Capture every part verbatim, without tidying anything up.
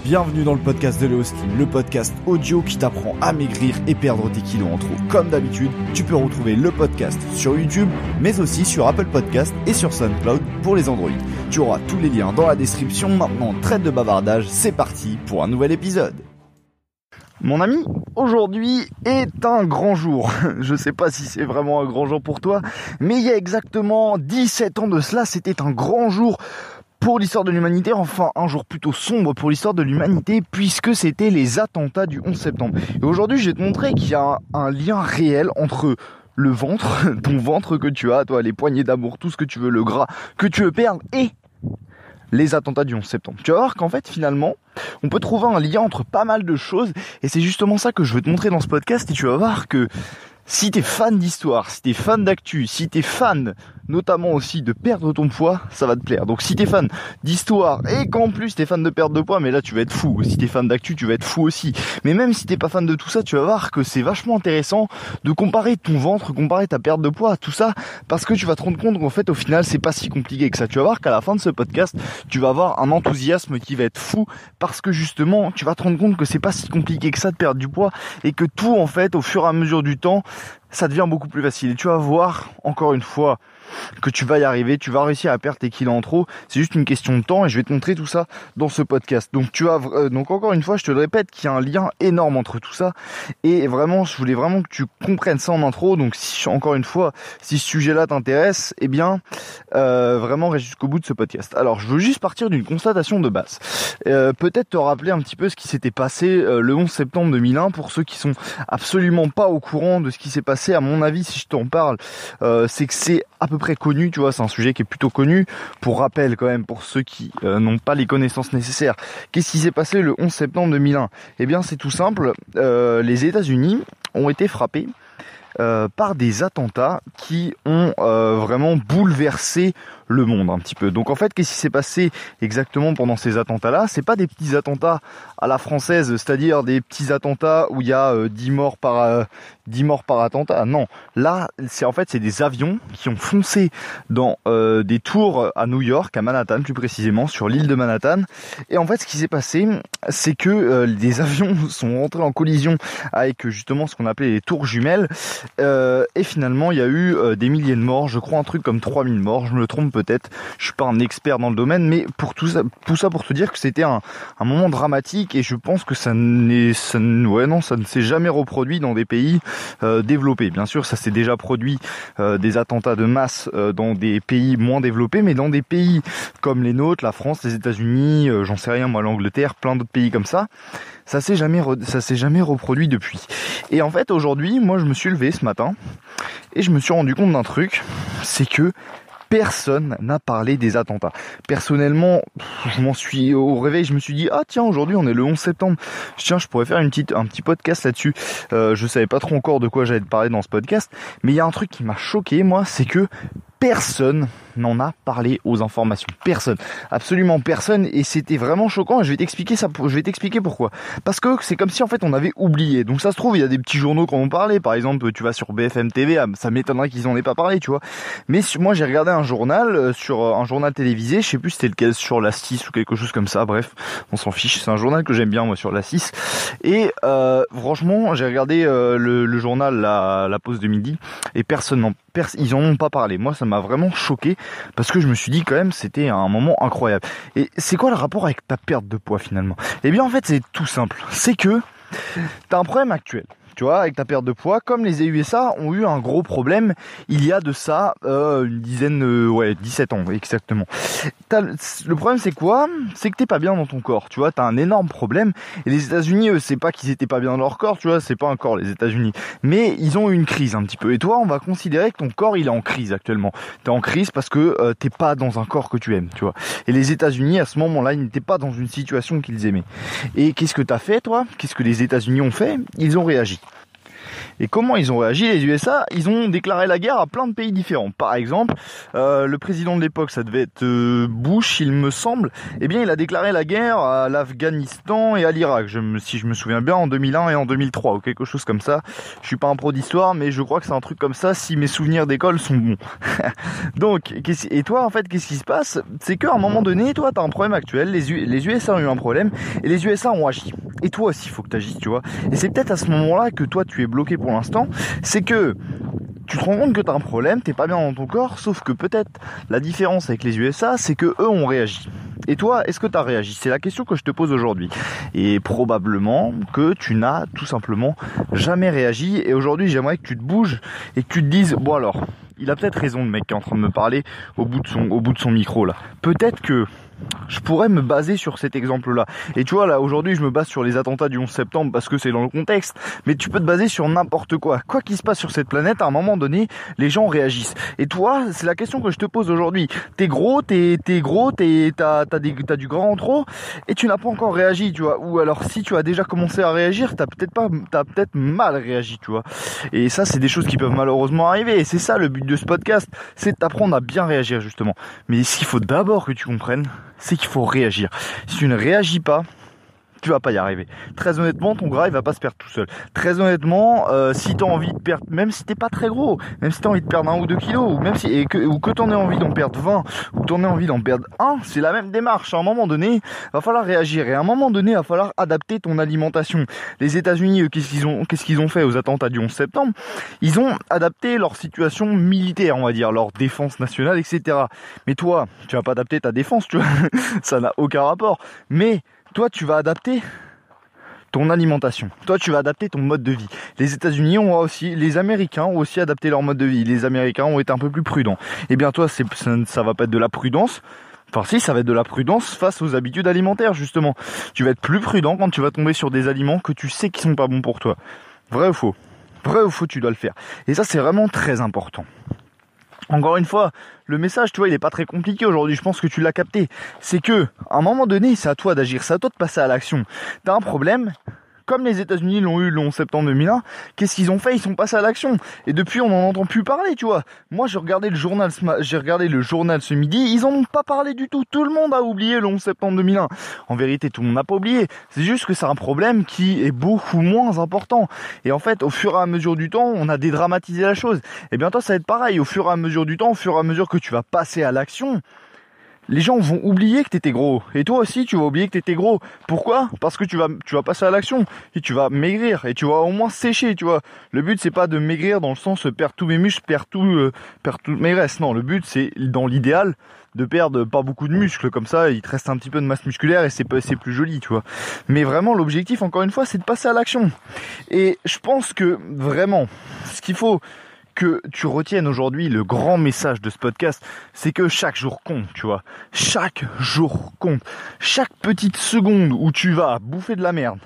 Bienvenue dans le podcast de Léo Slim, le podcast audio qui t'apprend à maigrir et perdre tes kilos en trop. Comme d'habitude, tu peux retrouver le podcast sur YouTube, mais aussi sur Apple Podcast et sur SoundCloud pour les Android. Tu auras tous les liens dans la description. Maintenant, trêve de bavardage, c'est parti pour un nouvel épisode. Mon ami, aujourd'hui est un grand jour. Je sais pas si c'est vraiment un grand jour pour toi, mais il y a exactement dix-sept ans de cela, c'était un grand jour pour l'histoire de l'humanité, enfin un jour plutôt sombre pour l'histoire de l'humanité, puisque c'était les attentats du onze septembre. Et aujourd'hui, je vais te montrer qu'il y a un, un lien réel entre le ventre, ton ventre que tu as, toi, les poignées d'amour, tout ce que tu veux, le gras que tu veux perdre, et les attentats du onze septembre. Tu vas voir qu'en fait, finalement, on peut trouver un lien entre pas mal de choses, et c'est justement ça que je veux te montrer dans ce podcast, et tu vas voir que si t'es fan d'histoire, si t'es fan d'actu, si t'es fan notamment aussi de perdre ton poids, ça va te plaire. Donc si t'es fan d'histoire et qu'en plus t'es fan de perte de poids, mais là tu vas être fou. Si t'es fan d'actu, tu vas être fou aussi. Mais même si t'es pas fan de tout ça, tu vas voir que c'est vachement intéressant de comparer ton ventre, comparer ta perte de poids, tout ça, parce que tu vas te rendre compte qu'en fait au final c'est pas si compliqué que ça. Tu vas voir qu'à la fin de ce podcast, tu vas avoir un enthousiasme qui va être fou, parce que justement tu vas te rendre compte que c'est pas si compliqué que ça de perdre du poids, et que tout en fait au fur et à mesure du temps, ça devient beaucoup plus facile. Et tu vas voir, encore une fois, que tu vas y arriver, tu vas réussir à perdre tes kilos en trop. C'est juste une question de temps et je vais te montrer tout ça dans ce podcast. Donc tu as, euh, donc encore une fois, je te le répète, qu'il y a un lien énorme entre tout ça. Et vraiment, je voulais vraiment que tu comprennes ça en intro. Donc si, encore une fois, si ce sujet-là t'intéresse, eh bien, euh, vraiment reste jusqu'au bout de ce podcast. Alors, je veux juste partir d'une constatation de base. Euh, peut-être te rappeler un petit peu ce qui s'était passé euh, le onze septembre deux mille un pour ceux qui sont absolument pas au courant de ce qui s'est passé. À mon avis, si je t'en parle, euh, c'est que c'est à peu près connu, tu vois, c'est un sujet qui est plutôt connu. Pour rappel quand même, pour ceux qui euh, n'ont pas les connaissances nécessaires, qu'est-ce qui s'est passé le onze septembre deux mille un? Eh bien c'est tout simple, euh, les États-Unis ont été frappés euh, par des attentats qui ont euh, vraiment bouleversé le monde un petit peu. Donc en fait, qu'est-ce qui s'est passé exactement pendant ces attentats-là? C'est pas des petits attentats à la française, c'est-à-dire des petits attentats où il y a euh, dix morts par euh, dix morts par attentat. Non, là, c'est en fait c'est des avions qui ont foncé dans euh, des tours à New York, à Manhattan plus précisément, sur l'île de Manhattan. Et en fait, ce qui s'est passé, c'est que euh, des avions sont rentrés en collision avec justement ce qu'on appelait les tours jumelles. Euh, et finalement, il y a eu euh, des milliers de morts. Je crois un truc comme trois mille morts. Je me trompe peut-être, je suis pas un expert dans le domaine, mais pour tout ça, tout ça pour te dire que c'était un, un moment dramatique, et je pense que ça n'est, ça, ouais non, ça ne s'est jamais reproduit dans des pays euh, développés. Bien sûr, ça s'est déjà produit euh, des attentats de masse euh, dans des pays moins développés, mais dans des pays comme les nôtres, la France, les États-Unis, euh, j'en sais rien moi, l'Angleterre, plein d'autres pays comme ça, ça s'est jamais, re, ça s'est jamais reproduit depuis. Et en fait, aujourd'hui, moi, je me suis levé ce matin et je me suis rendu compte d'un truc, c'est que personne n'a parlé des attentats. Personnellement, je m'en suis au réveil, je me suis dit ah tiens, aujourd'hui on est le onze septembre. Tiens, je pourrais faire une petite un petit podcast là-dessus. Euh, je savais pas trop encore de quoi j'allais te parler dans ce podcast, mais il y a un truc qui m'a choqué moi, c'est que personne n'en a parlé aux informations. Personne. Absolument personne. Et c'était vraiment choquant. Et je vais t'expliquer ça. Je vais t'expliquer pourquoi. Parce que c'est comme si en fait on avait oublié. Donc ça se trouve, il y a des petits journaux qui en ont parlé. Par exemple, tu vas sur B F M T V, ça m'étonnerait qu'ils en aient pas parlé, tu vois. Mais moi j'ai regardé un journal, sur un journal télévisé, je sais plus c'était lequel, sur la six ou quelque chose comme ça. Bref, on s'en fiche. C'est un journal que j'aime bien moi, sur la six. Et euh, franchement, j'ai regardé euh, le, le journal la, la pause de midi, et personne n'en pers- ils en ont pas parlé. Moi ça m'a vraiment choqué, parce que je me suis dit quand même c'était un moment incroyable. Et c'est quoi le rapport avec ta perte de poids finalement? Eh bien en fait c'est tout simple, c'est que t'as un problème actuel, tu vois, avec ta perte de poids, comme les U S A ont eu un gros problème il y a de ça euh, une dizaine, euh, ouais, dix-sept ans exactement. T'as, le problème c'est quoi? C'est que t'es pas bien dans ton corps, tu vois, t'as un énorme problème. Et les États-Unis, eux, c'est pas qu'ils étaient pas bien dans leur corps, tu vois, c'est pas un corps les États-Unis, mais ils ont eu une crise un petit peu. Et toi, on va considérer que ton corps il est en crise actuellement. T'es en crise parce que euh, t'es pas dans un corps que tu aimes, tu vois. Et les États-Unis à ce moment-là, ils n'étaient pas dans une situation qu'ils aimaient. Et qu'est-ce que t'as fait toi? Qu'est-ce que les États-Unis ont fait? Ils ont réagi. Et comment ils ont réagi, les U S A? Ils ont déclaré la guerre à plein de pays différents. Par exemple, euh, le président de l'époque, ça devait être euh, Bush, il me semble. Eh bien, il a déclaré la guerre à l'Afghanistan et à l'Irak, je me, si je me souviens bien, en deux mille un et en deux mille trois, ou quelque chose comme ça. Je suis pas un pro d'histoire, mais je crois que c'est un truc comme ça, si mes souvenirs d'école sont bons. Donc, et toi, en fait, qu'est-ce qui se passe? C'est qu'à un moment donné, toi, t'as un problème actuel, les, U, les U S A ont eu un problème, et les U S A ont agi. Et toi aussi, il faut que tu agisses, tu vois. Et c'est peut-être à ce moment-là que toi, tu es bloqué pour l'instant. C'est que tu te rends compte que tu as un problème, t'es pas bien dans ton corps, sauf que peut-être la différence avec les U S A, c'est que eux ont réagi. Et toi, est-ce que tu as réagi? C'est la question que je te pose aujourd'hui. Et probablement que tu n'as tout simplement jamais réagi. Et aujourd'hui, j'aimerais que tu te bouges et que tu te dises, bon alors, il a peut-être raison le mec qui est en train de me parler au bout de son, au bout de son micro là. Peut-être que je pourrais me baser sur cet exemple-là. Et tu vois, là, aujourd'hui, je me base sur les attentats du onze septembre parce que c'est dans le contexte. Mais tu peux te baser sur n'importe quoi. Quoi qu'il se passe sur cette planète, à un moment donné, les gens réagissent. Et toi, c'est la question que je te pose aujourd'hui. T'es gros, t'es, t'es gros, t'es, t'as, t'as, des, t'as du grand en trop et tu n'as pas encore réagi, tu vois. Ou alors, si tu as déjà commencé à réagir, t'as peut-être pas, t'as peut-être mal réagi, tu vois. Et ça, c'est des choses qui peuvent malheureusement arriver. Et c'est ça le but de ce podcast, c'est de t'apprendre à bien réagir, justement. Mais ce qu'il faut d'abord que tu comprennes, c'est qu'il faut réagir. Si tu ne réagis pas, tu vas pas y arriver. Très honnêtement, ton gras il va pas se perdre tout seul. Très honnêtement, euh, si t'as envie de perdre, même si t'es pas très gros, même si t'as envie de perdre un ou deux kilos, ou même si et que ou que t'en aies envie d'en perdre vingt, ou que t'en aies envie d'en perdre un, c'est la même démarche. À un moment donné, va falloir réagir et à un moment donné, va falloir adapter ton alimentation. Les États-Unis, eux, qu'est-ce qu'ils ont, qu'est-ce qu'ils ont fait aux attentats du onze septembre? Ils ont adapté leur situation militaire, on va dire, leur défense nationale, et cetera. Mais toi, tu vas pas adapter ta défense, tu vois, ça n'a aucun rapport. Mais toi, tu vas adapter ton alimentation. Toi, tu vas adapter ton mode de vie. Les États-Unis ont aussi, les Américains ont aussi adapté leur mode de vie. Les Américains ont été un peu plus prudents. Eh bien, toi, c'est, ça, ça va pas être de la prudence. Enfin, si, ça va être de la prudence face aux habitudes alimentaires, justement. Tu vas être plus prudent quand tu vas tomber sur des aliments que tu sais qui sont pas bons pour toi. Vrai ou faux? Vrai ou faux, tu dois le faire. Et ça, c'est vraiment très important. Encore une fois, le message, tu vois, il est pas très compliqué aujourd'hui, je pense que tu l'as capté. C'est que, à un moment donné, c'est à toi d'agir, c'est à toi de passer à l'action. T'as un problème, comme les États-Unis l'ont eu le onze septembre deux mille un, qu'est-ce qu'ils ont fait? Ils sont passés à l'action. Et depuis, on n'en entend plus parler, tu vois. Moi, j'ai regardé le journal, j'ai regardé le journal ce midi, ils en ont pas parlé du tout. Tout le monde a oublié le onze septembre deux mille un. En vérité, tout le monde n'a pas oublié. C'est juste que c'est un problème qui est beaucoup moins important. Et en fait, au fur et à mesure du temps, on a dédramatisé la chose. Et bien, toi, ça va être pareil. Au fur et à mesure du temps, au fur et à mesure que tu vas passer à l'action, les gens vont oublier que t'étais gros. Et toi aussi, tu vas oublier que t'étais gros. Pourquoi? Parce que tu vas, tu vas passer à l'action. Et tu vas maigrir. Et tu vas au moins sécher, tu vois. Le but, c'est pas de maigrir dans le sens, perdre tous mes muscles, perdre tout, euh, perdre toute mes graisses. Non, le but, c'est, dans l'idéal, de perdre pas beaucoup de muscles. Comme ça, il te reste un petit peu de masse musculaire et c'est, c'est plus joli, tu vois. Mais vraiment, l'objectif, encore une fois, c'est de passer à l'action. Et je pense que, vraiment, ce qu'il faut que tu retiennes aujourd'hui, le grand message de ce podcast, c'est que chaque jour compte, tu vois. Chaque jour compte. Chaque petite seconde où tu vas bouffer de la merde,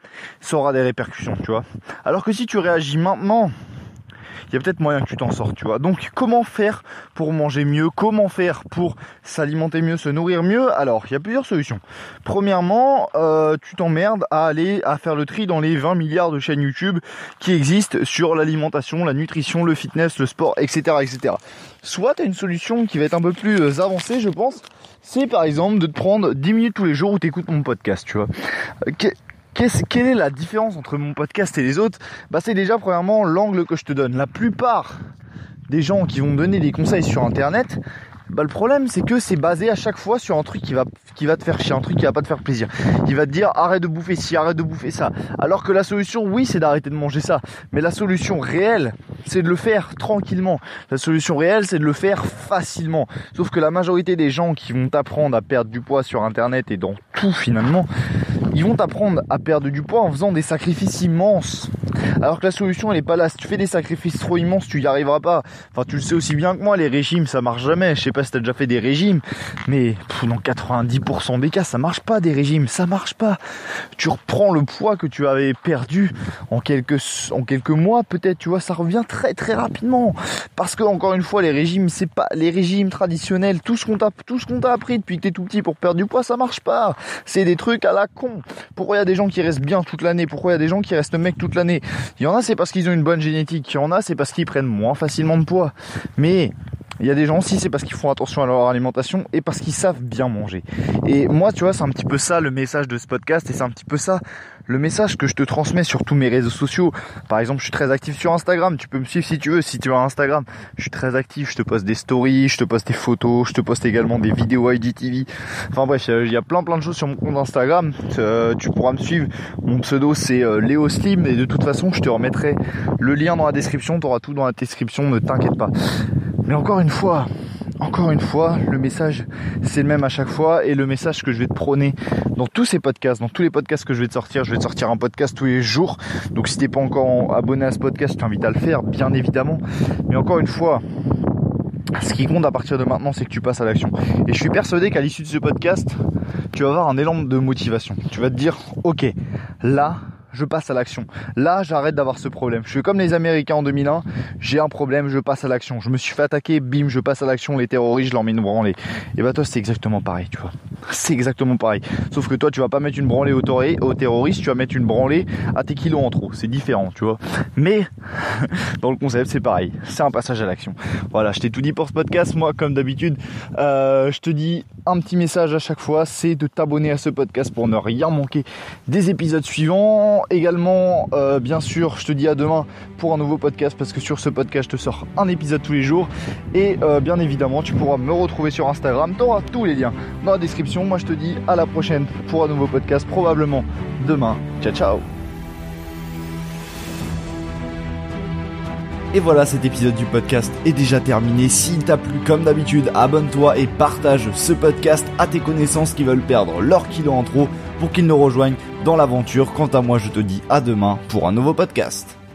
ça aura des répercussions, tu vois. Alors que si tu réagis maintenant, il y a peut-être moyen que tu t'en sortes, tu vois. Donc, comment faire pour manger mieux? Comment faire pour s'alimenter mieux, se nourrir mieux? Alors, il y a plusieurs solutions. Premièrement, euh, tu t'emmerdes à aller à faire le tri dans les vingt milliards de chaînes YouTube qui existent sur l'alimentation, la nutrition, le fitness, le sport, et cetera, et cetera. Soit tu as une solution qui va être un peu plus avancée, je pense. C'est par exemple de te prendre dix minutes tous les jours où tu écoutes mon podcast, tu vois. Que- Qu'est-ce, quelle est la différence entre mon podcast et les autres? Bah, c'est déjà premièrement l'angle que je te donne. La plupart des gens qui vont me donner des conseils sur internet, bah, le problème c'est que c'est basé à chaque fois sur un truc qui va, qui va te faire chier, un truc qui va pas te faire plaisir. Il va te dire arrête de bouffer ci, arrête de bouffer ça. Alors que la solution, oui, c'est d'arrêter de manger ça. Mais la solution réelle, c'est de le faire tranquillement. La solution réelle, c'est de le faire facilement. Sauf que la majorité des gens qui vont t'apprendre à perdre du poids sur internet et dans tout finalement, ils vont t'apprendre à perdre du poids en faisant des sacrifices immenses. Alors que la solution, elle est pas là. Si tu fais des sacrifices trop immenses, tu y arriveras pas. Enfin, tu le sais aussi bien que moi, les régimes, ça marche jamais. Je sais pas si t'as déjà fait des régimes, mais pff, dans quatre-vingt-dix pour cent des cas, ça marche pas des régimes. Ça marche pas. Tu reprends le poids que tu avais perdu en quelques, en quelques mois, peut-être, tu vois, ça revient très très rapidement. Parce que, encore une fois, les régimes, c'est pas, les régimes traditionnels, tout ce qu'on t'a, tout ce qu'on t'a appris depuis que t'es tout petit pour perdre du poids, ça marche pas. C'est des trucs à la con. Pourquoi il y a des gens qui restent bien toute l'année? Pourquoi il y a des gens qui restent mecs toute l'année? Il y en a, c'est parce qu'ils ont une bonne génétique. Il y en a, c'est parce qu'ils prennent moins facilement de poids. Mais il y a des gens aussi, c'est parce qu'ils font attention à leur alimentation et parce qu'ils savent bien manger. Et moi, tu vois, c'est un petit peu ça le message de ce podcast et c'est un petit peu ça le message que je te transmets sur tous mes réseaux sociaux. Par exemple, je suis très actif sur Instagram. Tu peux me suivre si tu veux. Si tu as Instagram, je suis très actif. Je te poste des stories, je te poste des photos, je te poste également des vidéos I G T V. Enfin bref, il y a plein plein de choses sur mon compte Instagram. Euh, tu pourras me suivre. Mon pseudo, c'est euh, Léo Slim. Et de toute façon, je te remettrai le lien dans la description. Tu auras tout dans la description. Ne t'inquiète pas. Mais encore une fois, encore une fois, le message, c'est le même à chaque fois. Et le message que je vais te prôner dans tous ces podcasts, dans tous les podcasts que je vais te sortir, je vais te sortir un podcast tous les jours. Donc si t'es pas encore abonné à ce podcast, je t'invite à le faire, bien évidemment. Mais encore une fois, ce qui compte à partir de maintenant, c'est que tu passes à l'action. Et je suis persuadé qu'à l'issue de ce podcast, tu vas avoir un élan de motivation. Tu vas te dire, ok, là, je passe à l'action. Là, j'arrête d'avoir ce problème. Je suis comme les Américains en deux mille un. J'ai un problème, je passe à l'action. Je me suis fait attaquer, bim, je passe à l'action. Les terroristes, je leur mets une branlée. Et bah toi, c'est exactement pareil, tu vois. C'est exactement pareil. Sauf que toi, tu vas pas mettre une branlée aux, toré- aux terroristes, tu vas mettre une branlée à tes kilos en trop. C'est différent, tu vois. Mais dans le concept, c'est pareil. C'est un passage à l'action. Voilà, je t'ai tout dit pour ce podcast. Moi, comme d'habitude, euh, je te dis un petit message à chaque fois, c'est de t'abonner à ce podcast pour ne rien manquer des épisodes suivants. Également, euh, bien sûr, je te dis à demain pour un nouveau podcast parce que sur ce podcast, je te sors un épisode tous les jours. Et euh, bien évidemment, tu pourras me retrouver sur Instagram. Tu auras tous les liens dans la description. Moi, je te dis à la prochaine pour un nouveau podcast, probablement demain. Ciao, ciao. Et voilà, cet épisode du podcast est déjà terminé. S'il t'a plu, comme d'habitude, abonne-toi et partage ce podcast à tes connaissances qui veulent perdre leurs kilos en trop pour qu'ils nous rejoignent dans l'aventure. Quant à moi, je te dis à demain pour un nouveau podcast.